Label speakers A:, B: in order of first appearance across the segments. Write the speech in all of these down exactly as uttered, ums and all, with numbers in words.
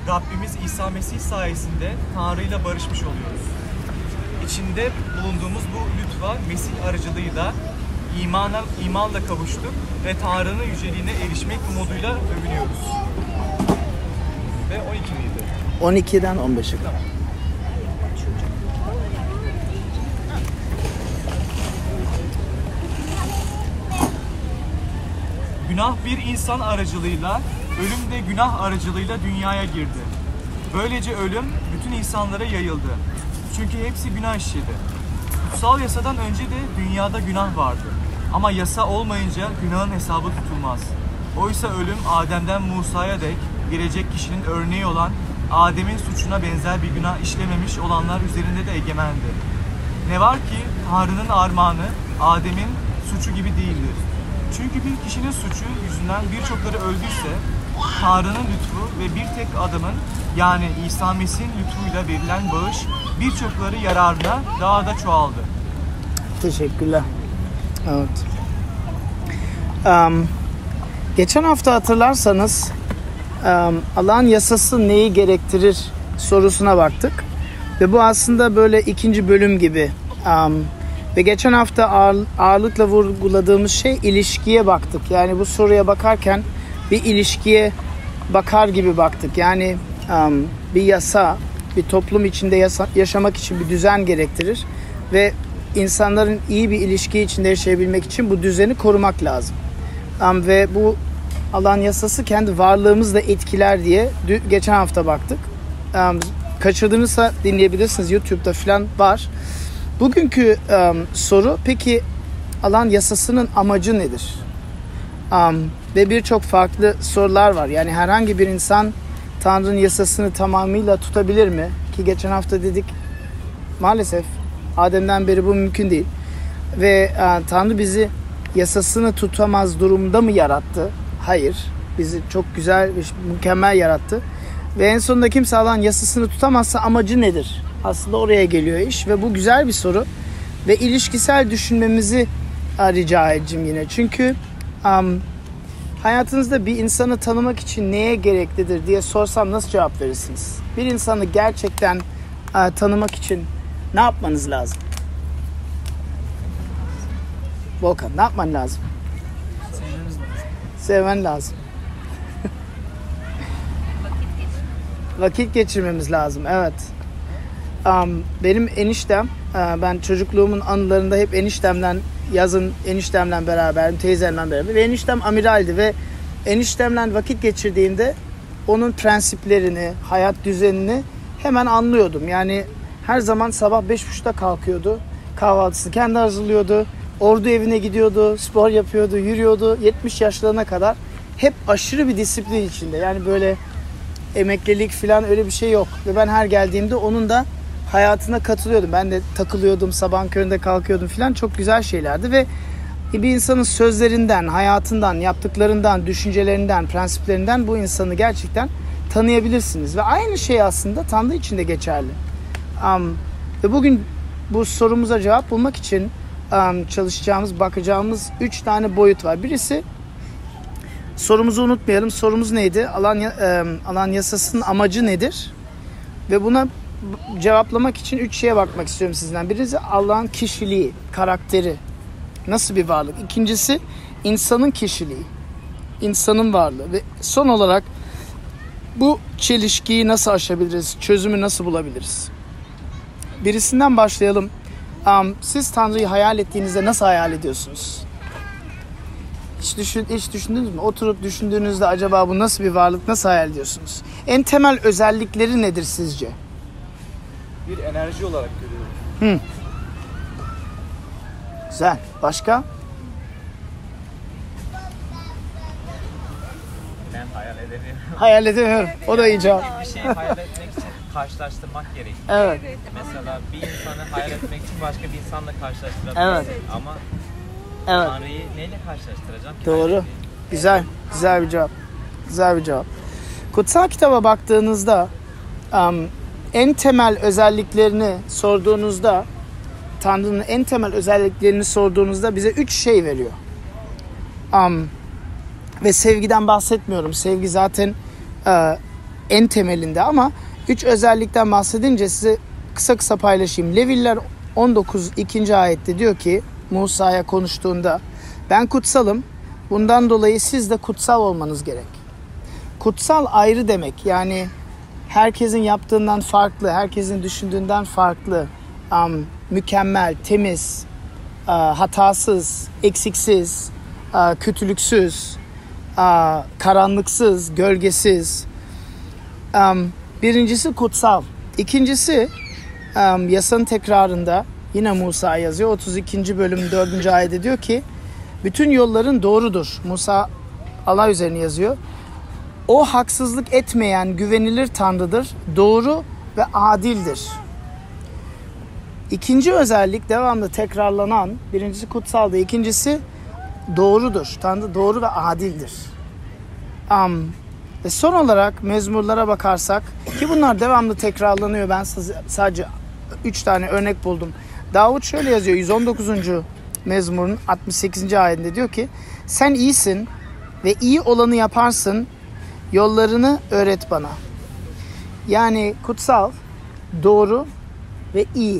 A: Rabbimiz İsa Mesih sayesinde Tanrı ile barışmış oluyoruz. İçinde bulunduğumuz bu lütfa Mesih aracılığıyla imana, imanla kavuştuk ve Tanrı'nın yüceliğine erişmek umuduyla övünüyoruz. Ve on iki miydi?
B: on ikiden on beşe kadar.
A: Günah bir insan aracılığıyla, ölüm de günah aracılığıyla dünyaya girdi. Böylece ölüm bütün insanlara yayıldı. Çünkü hepsi günah işledi. Kutsal yasadan önce de dünyada günah vardı. Ama yasa olmayınca günahın hesabı tutulmaz. Oysa ölüm Adem'den Musa'ya dek gelecek kişinin örneği olan Adem'in suçuna benzer bir günah işlememiş olanlar üzerinde de egemendi. Ne var ki Tanrı'nın armağanı Adem'in suçu gibi değildir. Çünkü bir kişinin suçu yüzünden birçokları öldüyse Tanrı'nın lütfu ve bir tek adamın yani İsa Mesih'in lütfuyla verilen bağış birçokları yararına daha da çoğaldı.
B: Teşekkürler. Evet. Um, geçen hafta hatırlarsanız um, Allah'ın yasası neyi gerektirir sorusuna baktık. Ve bu aslında böyle ikinci bölüm gibi. Um, ve geçen hafta ağır, ağırlıkla vurguladığımız şey ilişkiye baktık. Yani bu soruya bakarken bir ilişkiye bakar gibi baktık. Yani um, bir yasa, bir toplum içinde yasa, yaşamak için bir düzen gerektirir. Ve insanların iyi bir ilişki içinde yaşayabilmek için bu düzeni korumak lazım. Um, ve bu Allah'ın yasası kendi varlığımızla etkiler diye geçen hafta baktık. Um, kaçırdığınızsa dinleyebilirsiniz. YouTube'da falan var. Bugünkü um, soru peki Allah'ın yasasının amacı nedir? Um, ve birçok farklı sorular var. Yani herhangi bir insan Tanrı'nın yasasını tamamıyla tutabilir mi? Ki geçen hafta dedik maalesef Adem'den beri bu mümkün değil. Ve uh, Tanrı bizi yasasını tutamaz durumda mı yarattı? Hayır. Bizi çok güzel ve mükemmel yarattı. Ve en sonunda kimse Allah'ın yasasını tutamazsa amacı nedir? Aslında oraya geliyor iş ve bu güzel bir soru. Ve ilişkisel düşünmemizi uh, rica edeceğim yine. Çünkü um, hayatınızda bir insanı tanımak için neye gereklidir diye sorsam nasıl cevap verirsiniz? Bir insanı gerçekten uh, tanımak için ne yapmanız lazım? Volkan, ne yapman lazım?
A: Sevmeniz lazım.
B: Sevmen lazım. Vakit geçirmemiz lazım, evet. Um, benim eniştem, uh, ben çocukluğumun anılarında hep eniştemden, yazın eniştemle beraber, teyzemle beraber. Ve eniştem amiraldi ve eniştemle vakit geçirdiğimde onun prensiplerini, hayat düzenini hemen anlıyordum. Yani her zaman sabah beş buçukta kalkıyordu, kahvaltısını kendi hazırlıyordu. Ordu evine gidiyordu, spor yapıyordu, yürüyordu. yetmiş yaşlarına kadar hep aşırı bir disiplin içinde. Yani böyle emeklilik falan öyle bir şey yok. Ve ben her geldiğimde onun da hayatına katılıyordum. Ben de takılıyordum, sabahın köründe kalkıyordum falan. Çok güzel şeylerdi ve bir insanın sözlerinden, hayatından, yaptıklarından, düşüncelerinden, prensiplerinden bu insanı gerçekten tanıyabilirsiniz. Ve aynı şey aslında Tanrı için de geçerli. Um, ve bugün bu sorumuza cevap bulmak için um, çalışacağımız, bakacağımız üç tane boyut var. Birisi, sorumuzu unutmayalım. Sorumuz neydi? Allah'ın, um, Allah'ın yasasının amacı nedir? Ve buna cevaplamak için üç şeye bakmak istiyorum sizden. Birisi Allah'ın kişiliği, karakteri. Nasıl bir varlık? İkincisi insanın kişiliği, insanın varlığı. Ve son olarak bu çelişkiyi nasıl aşabiliriz? Çözümü nasıl bulabiliriz? Birisinden başlayalım. Um, siz Tanrı'yı hayal ettiğinizde nasıl hayal ediyorsunuz? Hiç, düşün, hiç düşündünüz mü? Oturup düşündüğünüzde acaba bu nasıl bir varlık, nasıl hayal ediyorsunuz? En temel özellikleri nedir sizce?
A: Bir enerji olarak görüyorum.
B: Hı. Güzel. Başka?
C: Ben hayal edemiyorum.
B: Hayal edemiyorum. O da iyi cevap.
C: Bir şeyi hayal etmek için karşılaştırmak gerekiyor.
B: Evet.
C: Mesela bir insanı hayal etmek için başka bir insanla karşılaştırabilirsin.
B: Evet.
C: Ama
B: Evet.
C: Tanrı'yı neyle karşılaştıracağım ki?
B: Doğru. Güzel. Güzel bir cevap. Güzel bir cevap. Kutsal kitaba baktığınızda um, en temel özelliklerini sorduğunuzda, Tanrı'nın en temel özelliklerini sorduğunuzda bize üç şey veriyor. Um, ve sevgiden bahsetmiyorum. Sevgi zaten uh, en temelinde ama üç özellikten bahsedince size kısa kısa paylaşayım. Leviller on dokuz ikinci ayette diyor ki Musa'ya konuştuğunda ben kutsalım, bundan dolayı siz de kutsal olmanız gerek. Kutsal ayrı demek, yani herkesin yaptığından farklı, herkesin düşündüğünden farklı, um, mükemmel, temiz, uh, hatasız, eksiksiz, uh, kötülüksüz, uh, karanlıksız, gölgesiz. Um, birincisi kutsal. İkincisi um, yasanın tekrarında yine Musa yazıyor. otuz ikinci bölüm dördüncü ayette diyor ki bütün yolların doğrudur. Musa Allah üzerine yazıyor. O haksızlık etmeyen güvenilir Tanrı'dır. Doğru ve adildir. İkinci özellik devamlı tekrarlanan. Birincisi kutsaldı. İkincisi doğrudur. Tanrı doğru ve adildir. Um, ve son olarak mezmurlara bakarsak ki bunlar devamlı tekrarlanıyor. Ben sadece üç tane örnek buldum. Davut şöyle yazıyor yüz on dokuzuncu mezmurun altmış sekizinci ayetinde diyor ki sen iyisin ve iyi olanı yaparsın, yollarını öğret bana. Yani kutsal, doğru ve iyi.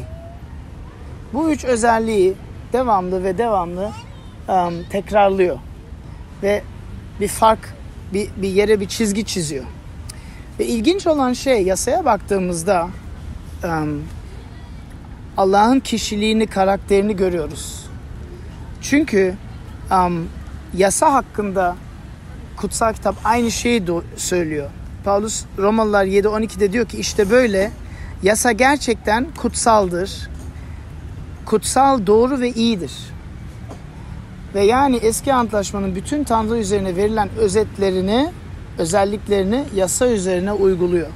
B: Bu üç özelliği devamlı ve devamlı um, tekrarlıyor ve bir fark, bir, bir yere bir çizgi çiziyor. Ve ilginç olan şey, yasaya baktığımızda um, Allah'ın kişiliğini, karakterini görüyoruz. Çünkü um, yasa hakkında kutsal kitap aynı şeyi söylüyor. Paulus Romalılar yedi on iki'de diyor ki işte böyle yasa gerçekten kutsaldır. Kutsal, doğru ve iyidir. Ve yani eski antlaşmanın bütün Tanrı üzerine verilen özetlerini, özelliklerini yasa üzerine uyguluyor.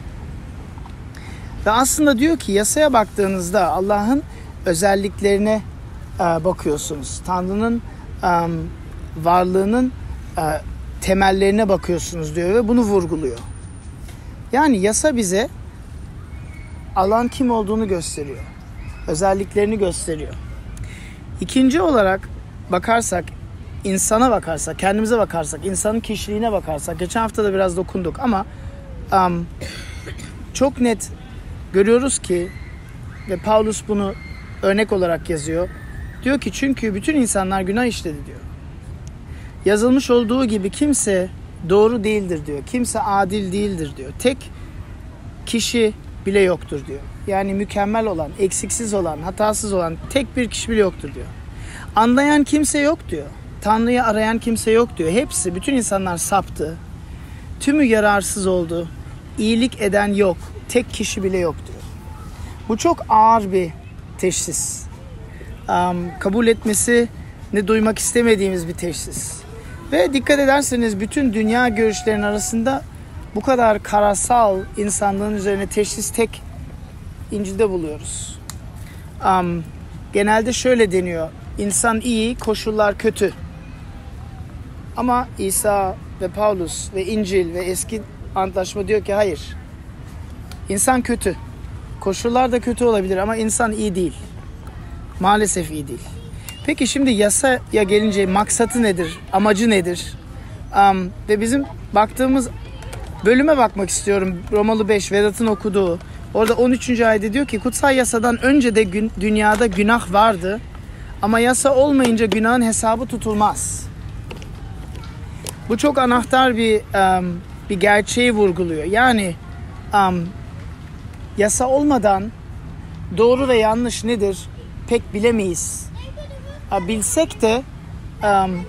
B: Ve aslında diyor ki yasaya baktığınızda Allah'ın özelliklerine e, bakıyorsunuz. Tanrı'nın e, varlığının e, temellerine bakıyorsunuz diyor ve bunu vurguluyor. Yani yasa bize Allah'ın kim olduğunu gösteriyor. Özelliklerini gösteriyor. İkinci olarak bakarsak, insana bakarsak, kendimize bakarsak, insanın kişiliğine bakarsak, geçen hafta da biraz dokunduk ama um, çok net görüyoruz ki ve Paulus bunu örnek olarak yazıyor. Diyor ki çünkü bütün insanlar günah işledi diyor. Yazılmış olduğu gibi kimse doğru değildir diyor. Kimse adil değildir diyor. Tek kişi bile yoktur diyor. Yani mükemmel olan, eksiksiz olan, hatasız olan tek bir kişi bile yoktur diyor. Anlayan kimse yok diyor. Tanrı'yı arayan kimse yok diyor. Hepsi, bütün insanlar saptı. Tümü yararsız oldu. İyilik eden yok. Tek kişi bile yok diyor. Bu çok ağır bir teşhis. Um, kabul etmesini duymak istemediğimiz bir teşhis. Ve dikkat ederseniz bütün dünya görüşlerinin arasında bu kadar karasal insanlığın üzerine teşhis tek İncil'de buluyoruz. Um, genelde şöyle deniyor. İnsan iyi, koşullar kötü. Ama İsa ve Paulus ve İncil ve eski antlaşma diyor ki hayır. İnsan kötü. Koşullar da kötü olabilir ama insan iyi değil. Maalesef iyi değil. Peki şimdi yasaya gelince maksatı nedir? Amacı nedir? Um, ve bizim baktığımız bölüme bakmak istiyorum. Romalı beş, Vedat'ın okuduğu. Orada on üçüncü ayette diyor ki kutsal yasadan önce de gün, dünyada günah vardı. Ama yasa olmayınca günahın hesabı tutulmaz. Bu çok anahtar bir um, bir gerçeği vurguluyor. Yani um, yasa olmadan doğru ve yanlış nedir pek bilemeyiz. Ha, bilsek de um,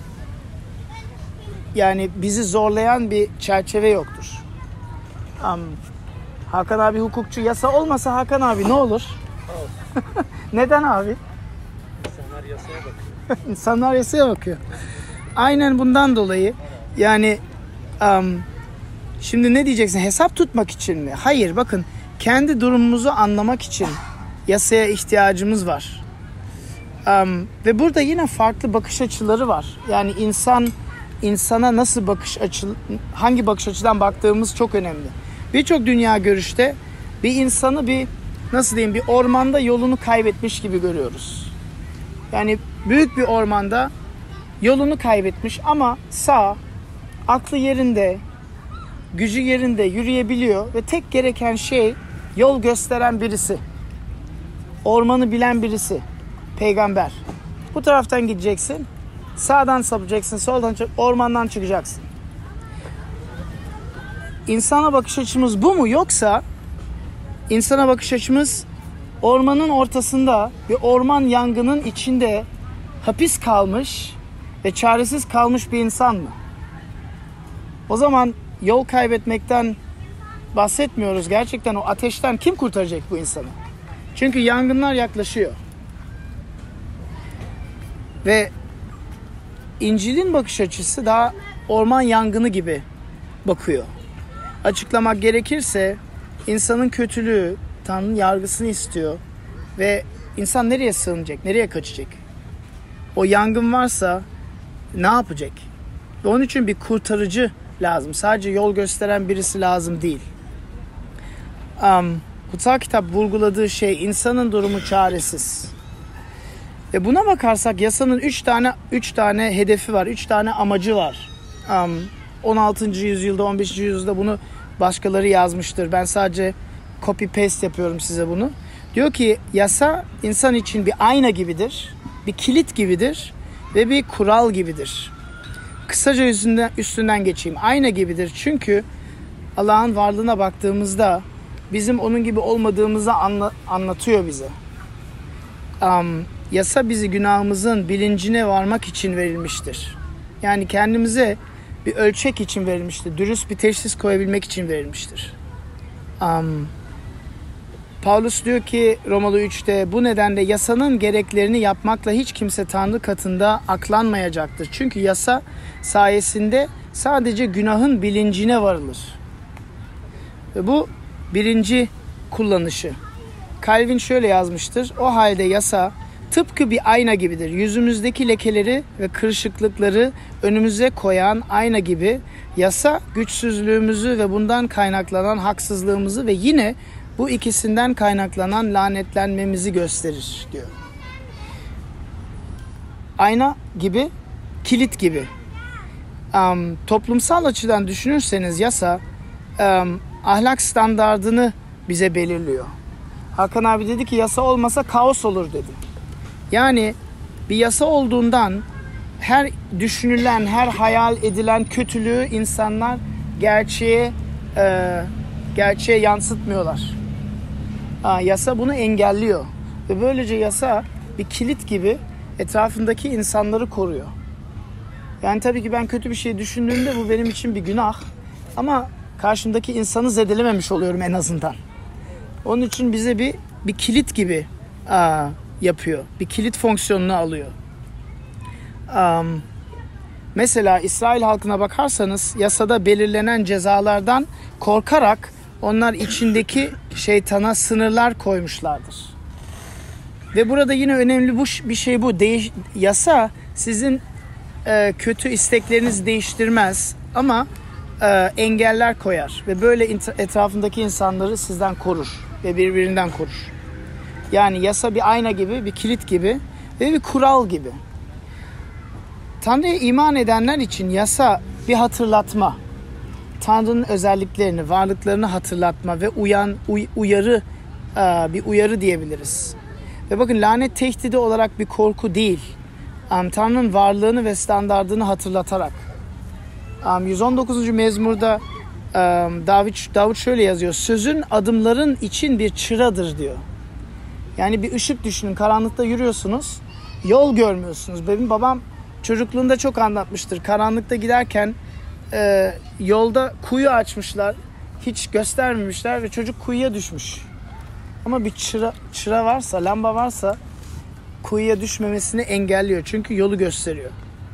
B: yani bizi zorlayan bir çerçeve yoktur. Um, Hakan abi hukukçu. Yasa olmasa Hakan abi ne olur? Neden abi?
C: İnsanlar yasaya bakıyor.
B: İnsanlar yasaya bakıyor. Aynen bundan dolayı yani um, şimdi ne diyeceksin? Hesap tutmak için mi? Hayır, bakın kendi durumumuzu anlamak için yasaya ihtiyacımız var. Um, ve burada yine farklı bakış açıları var. Yani insan insana nasıl bakış açı, hangi bakış açıdan baktığımız çok önemli. Birçok dünya görüşte bir insanı bir nasıl diyeyim bir ormanda yolunu kaybetmiş gibi görüyoruz. Yani büyük bir ormanda yolunu kaybetmiş ama sağ, aklı yerinde, gücü yerinde yürüyebiliyor ve tek gereken şey yol gösteren birisi. Ormanı bilen birisi. Peygamber. Bu taraftan gideceksin. Sağdan sapacaksın, soldan çık, ormandan çıkacaksın. İnsana bakış açımız bu mu? Yoksa insana bakış açımız ormanın ortasında bir orman yangının içinde hapis kalmış ve çaresiz kalmış bir insan mı? O zaman yol kaybetmekten bahsetmiyoruz. Gerçekten o ateşten kim kurtaracak bu insanı? Çünkü yangınlar yaklaşıyor. Ve İncil'in bakış açısı daha orman yangını gibi bakıyor. Açıklamak gerekirse insanın kötülüğü Tanrı'nın yargısını istiyor ve insan nereye sığınacak, nereye kaçacak? O yangın varsa ne yapacak? Ve onun için bir kurtarıcı lazım. Sadece yol gösteren birisi lazım değil. Um, kutsal kitap vurguladığı şey insanın durumu çaresiz. Ve buna bakarsak yasanın üç tane üç tane hedefi var, üç tane amacı var. Um, on altıncı yüzyılda, on beşinci yüzyılda bunu başkaları yazmıştır. Ben sadece copy paste yapıyorum size bunu. Diyor ki yasa insan için bir ayna gibidir, bir kilit gibidir ve bir kural gibidir. Kısaca üstünden, üstünden geçeyim. Ayna gibidir çünkü Allah'ın varlığına baktığımızda bizim onun gibi olmadığımızı anla, anlatıyor bize. Um, yasa bizi günahımızın bilincine varmak için verilmiştir. Yani kendimize bir ölçek için verilmiştir. Dürüst bir teşhis koyabilmek için verilmiştir. Um, Paulus diyor ki Romalı üçte bu nedenle yasanın gereklerini yapmakla hiç kimse Tanrı katında aklanmayacaktır. Çünkü yasa sayesinde sadece günahın bilincine varılır. Ve bu birinci kullanışı. Calvin şöyle yazmıştır. O halde yasa tıpkı bir ayna gibidir. Yüzümüzdeki lekeleri ve kırışıklıkları önümüze koyan ayna gibi yasa güçsüzlüğümüzü ve bundan kaynaklanan haksızlığımızı ve yine bu ikisinden kaynaklanan lanetlenmemizi gösterir diyor. Ayna gibi, kilit gibi. Um, toplumsal açıdan düşünürseniz yasa um, ahlak standardını bize belirliyor. Hakan abi dedi ki yasa olmasa kaos olur dedi. Yani bir yasa olduğundan her düşünülen, her hayal edilen kötülüğü insanlar gerçeğe e, gerçeğe yansıtmıyorlar. Ha, yasa bunu engelliyor. Ve böylece yasa bir kilit gibi etrafındaki insanları koruyor. Yani tabii ki ben kötü bir şey düşündüğümde bu benim için bir günah. Ama karşımdaki insanı zedelememiş oluyorum en azından. Onun için bize bir bir kilit gibi aa, yapıyor. Bir kilit fonksiyonunu alıyor. Um, mesela İsrail halkına bakarsanız yasada belirlenen cezalardan korkarak onlar içindeki şeytana sınırlar koymuşlardır. Ve burada yine önemli bu bir şey bu. Değiş, yasa sizin e, kötü isteklerinizi değiştirmez ama e, engeller koyar ve böyle etrafındaki insanları sizden korur ve birbirinden korur. Yani yasa bir ayna gibi, bir kilit gibi ve bir kural gibi. Tanrı'ya iman edenler için yasa bir hatırlatma. Tanrı'nın özelliklerini, varlıklarını hatırlatma ve uyan, uy, uyarı, bir uyarı diyebiliriz. Ve bakın lanet tehdidi olarak bir korku değil. Tanrı'nın varlığını ve standardını hatırlatarak. yüz on dokuzuncu mezmurda Davut, Davut şöyle yazıyor. Sözün adımların için bir çıradır diyor. Yani bir ışık düşünün. Karanlıkta yürüyorsunuz. Yol görmüyorsunuz. Benim babam çocukluğunda çok anlatmıştır. Karanlıkta giderken e, yolda kuyu açmışlar. Hiç göstermemişler ve çocuk kuyuya düşmüş. Ama bir çıra, çıra varsa, lamba varsa kuyuya düşmemesini engelliyor. Çünkü yolu gösteriyor.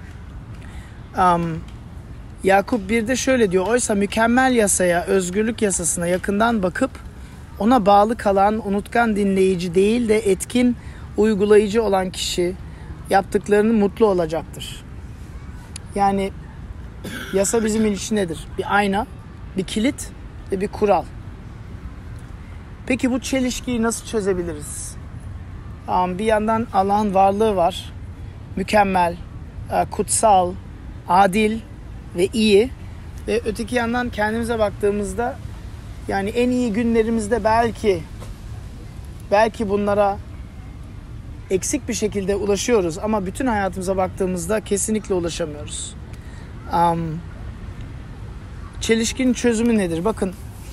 B: Um, Yakup birde şöyle diyor. Oysa mükemmel yasaya, özgürlük yasasına yakından bakıp ona bağlı kalan, unutkan dinleyici değil de etkin uygulayıcı olan kişi yaptıklarını mutlu olacaktır. Yani yasa bizim için nedir? Bir ayna, bir kilit ve bir kural. Peki bu çelişkiyi nasıl çözebiliriz? Bir yandan Allah'ın varlığı var. Mükemmel, kutsal, adil ve iyi. Ve öteki yandan kendimize baktığımızda yani en iyi günlerimizde belki belki bunlara eksik bir şekilde ulaşıyoruz ama bütün hayatımıza baktığımızda kesinlikle ulaşamıyoruz. Um, çelişkinin çözümü nedir? Bakın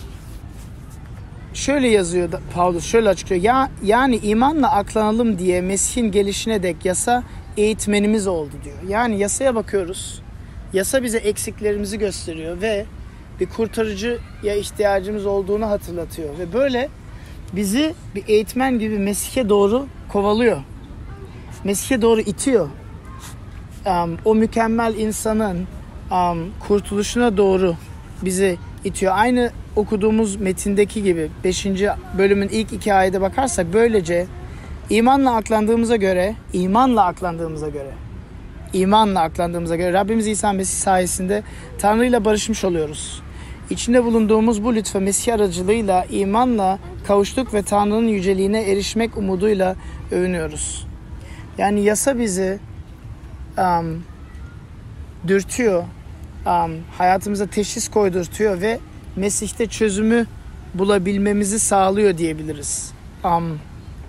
B: şöyle yazıyor da, Paulus şöyle açıklıyor. Ya, yani imanla aklanalım diye Mesih'in gelişine dek yasa eğitmenimiz oldu diyor. Yani yasaya bakıyoruz. Yasa bize eksiklerimizi gösteriyor ve bir kurtarıcıya ihtiyacımız olduğunu hatırlatıyor. Ve böyle bizi bir eğitmen gibi Mesih'e doğru kovalıyor. Mesih'e doğru itiyor. Um, o mükemmel insanın um, kurtuluşuna doğru bizi itiyor. Aynı okuduğumuz metindeki gibi beşinci bölümün ilk iki ayete bakarsak böylece imanla aklandığımıza göre, imanla aklandığımıza göre, imanla aklandığımıza göre Rabbimiz İsa Mesih sayesinde Tanrı ile barışmış oluyoruz. İçinde bulunduğumuz bu lütfe Mesih aracılığıyla imanla kavuştuk ve Tanrı'nın yüceliğine erişmek umuduyla övünüyoruz. Yani yasa bizi um, dürtüyor, um, hayatımıza teşhis koydurtuyor ve Mesih'te çözümü bulabilmemizi sağlıyor diyebiliriz. Um,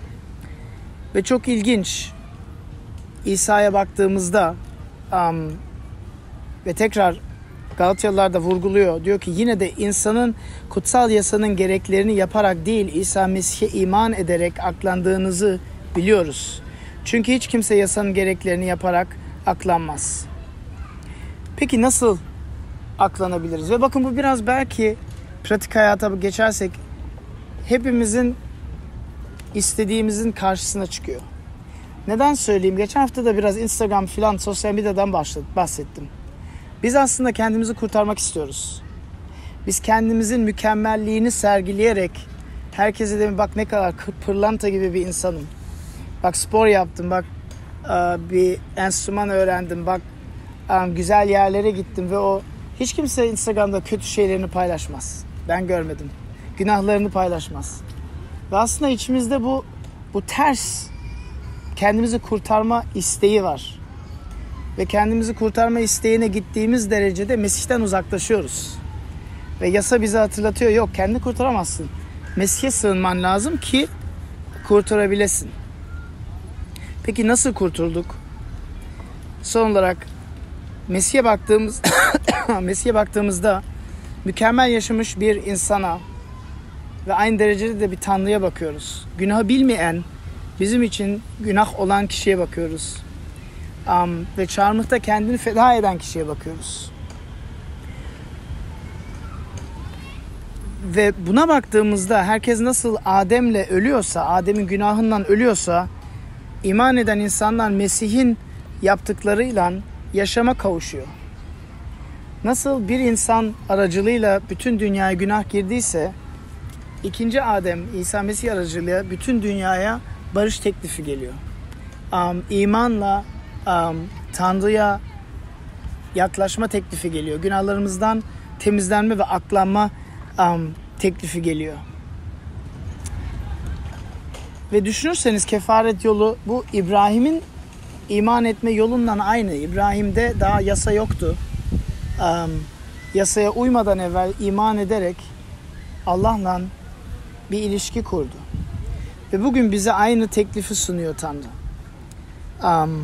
B: ve çok ilginç, İsa'ya baktığımızda um, ve tekrar Galatyalılar da vurguluyor. Diyor ki yine de insanın kutsal yasanın gereklerini yaparak değil İsa Mesih'e iman ederek aklandığınızı biliyoruz. Çünkü hiç kimse yasanın gereklerini yaparak aklanmaz. Peki nasıl aklanabiliriz? Ve bakın bu biraz belki pratik hayata geçersek hepimizin istediğimizin karşısına çıkıyor. Neden söyleyeyim? Geçen hafta da biraz Instagram filan sosyal medyadan bahsettim. Biz aslında kendimizi kurtarmak istiyoruz. Biz kendimizin mükemmelliğini sergileyerek herkese de bak ne kadar pırlanta gibi bir insanım. Bak spor yaptım, bak bir enstrüman öğrendim, bak güzel yerlere gittim ve o hiç kimse Instagram'da kötü şeylerini paylaşmaz. Ben görmedim. Günahlarını paylaşmaz. Ve aslında içimizde bu bu ters kendimizi kurtarma isteği var. Ve kendimizi kurtarma isteğine gittiğimiz derecede Mesih'ten uzaklaşıyoruz. Ve yasa bize hatırlatıyor. Yok, kendini kurtaramazsın. Mesih'e sığınman lazım ki kurtarabilesin. Peki nasıl kurtulduk? Son olarak Mesih'e baktığımız Mesih'e baktığımızda mükemmel yaşamış bir insana ve aynı derecede de bir Tanrı'ya bakıyoruz. Günahı bilmeyen, bizim için günah olan kişiye bakıyoruz. Um, ve çarmıhta kendini feda eden kişiye bakıyoruz. Ve buna baktığımızda herkes nasıl Adem'le ölüyorsa, Adem'in günahından ölüyorsa, iman eden insanlar Mesih'in yaptıklarıyla yaşama kavuşuyor. Nasıl bir insan aracılığıyla bütün dünyaya günah girdiyse, ikinci Adem, İsa Mesih aracılığıyla bütün dünyaya barış teklifi geliyor. Um, imanla um, Tanrı'ya yaklaşma teklifi geliyor. Günahlarımızdan temizlenme ve aklanma um, teklifi geliyor. Ve düşünürseniz kefaret yolu bu İbrahim'in iman etme yolundan aynı. İbrahim'de daha yasa yoktu. Um, yasaya uymadan evvel iman ederek Allah'la bir ilişki kurdu. Ve bugün bize aynı teklifi sunuyor Tanrı. Um,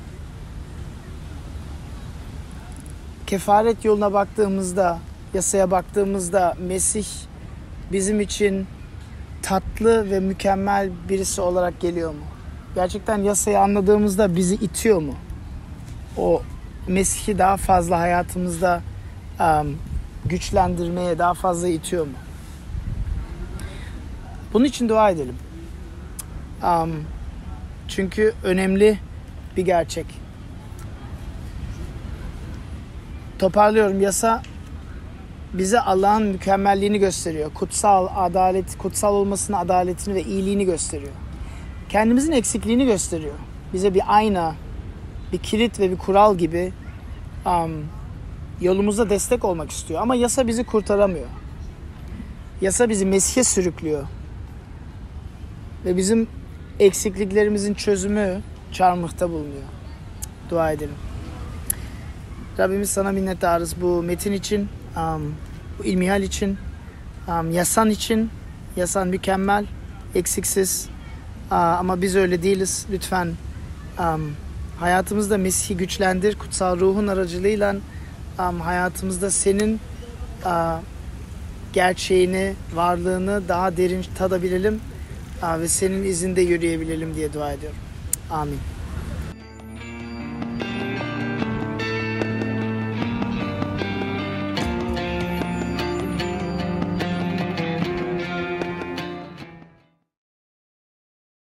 B: kefaret yoluna baktığımızda, yasaya baktığımızda Mesih bizim için tatlı ve mükemmel birisi olarak geliyor mu? Gerçekten yasayı anladığımızda bizi itiyor mu? O Mesih'i daha fazla hayatımızda um, güçlendirmeye daha fazla itiyor mu? Bunun için dua edelim. Um, çünkü önemli bir gerçek. Toparlıyorum. Yasa bize Allah'ın mükemmelliğini gösteriyor. Kutsal, adalet, kutsal olmasını, adaletini ve iyiliğini gösteriyor. Kendimizin eksikliğini gösteriyor. Bize bir ayna, bir kilit ve bir kural gibi um, yolumuzda destek olmak istiyor. Ama yasa bizi kurtaramıyor. Yasa bizi Mesih'e sürüklüyor. Ve bizim eksikliklerimizin çözümü çarmıhta bulunuyor. Dua edelim. Rabbimiz sana minnettarız bu metin için. Um, bu ilmihal için, um, yasan için. Yasan mükemmel, eksiksiz. Uh, ama biz öyle değiliz. Lütfen um, hayatımızda Mesih'i güçlendir. Kutsal ruhun aracılığıyla um, hayatımızda senin uh, gerçeğini, varlığını daha derin tadabilelim uh, ve senin izinde yürüyebilelim diye dua ediyorum. Amin.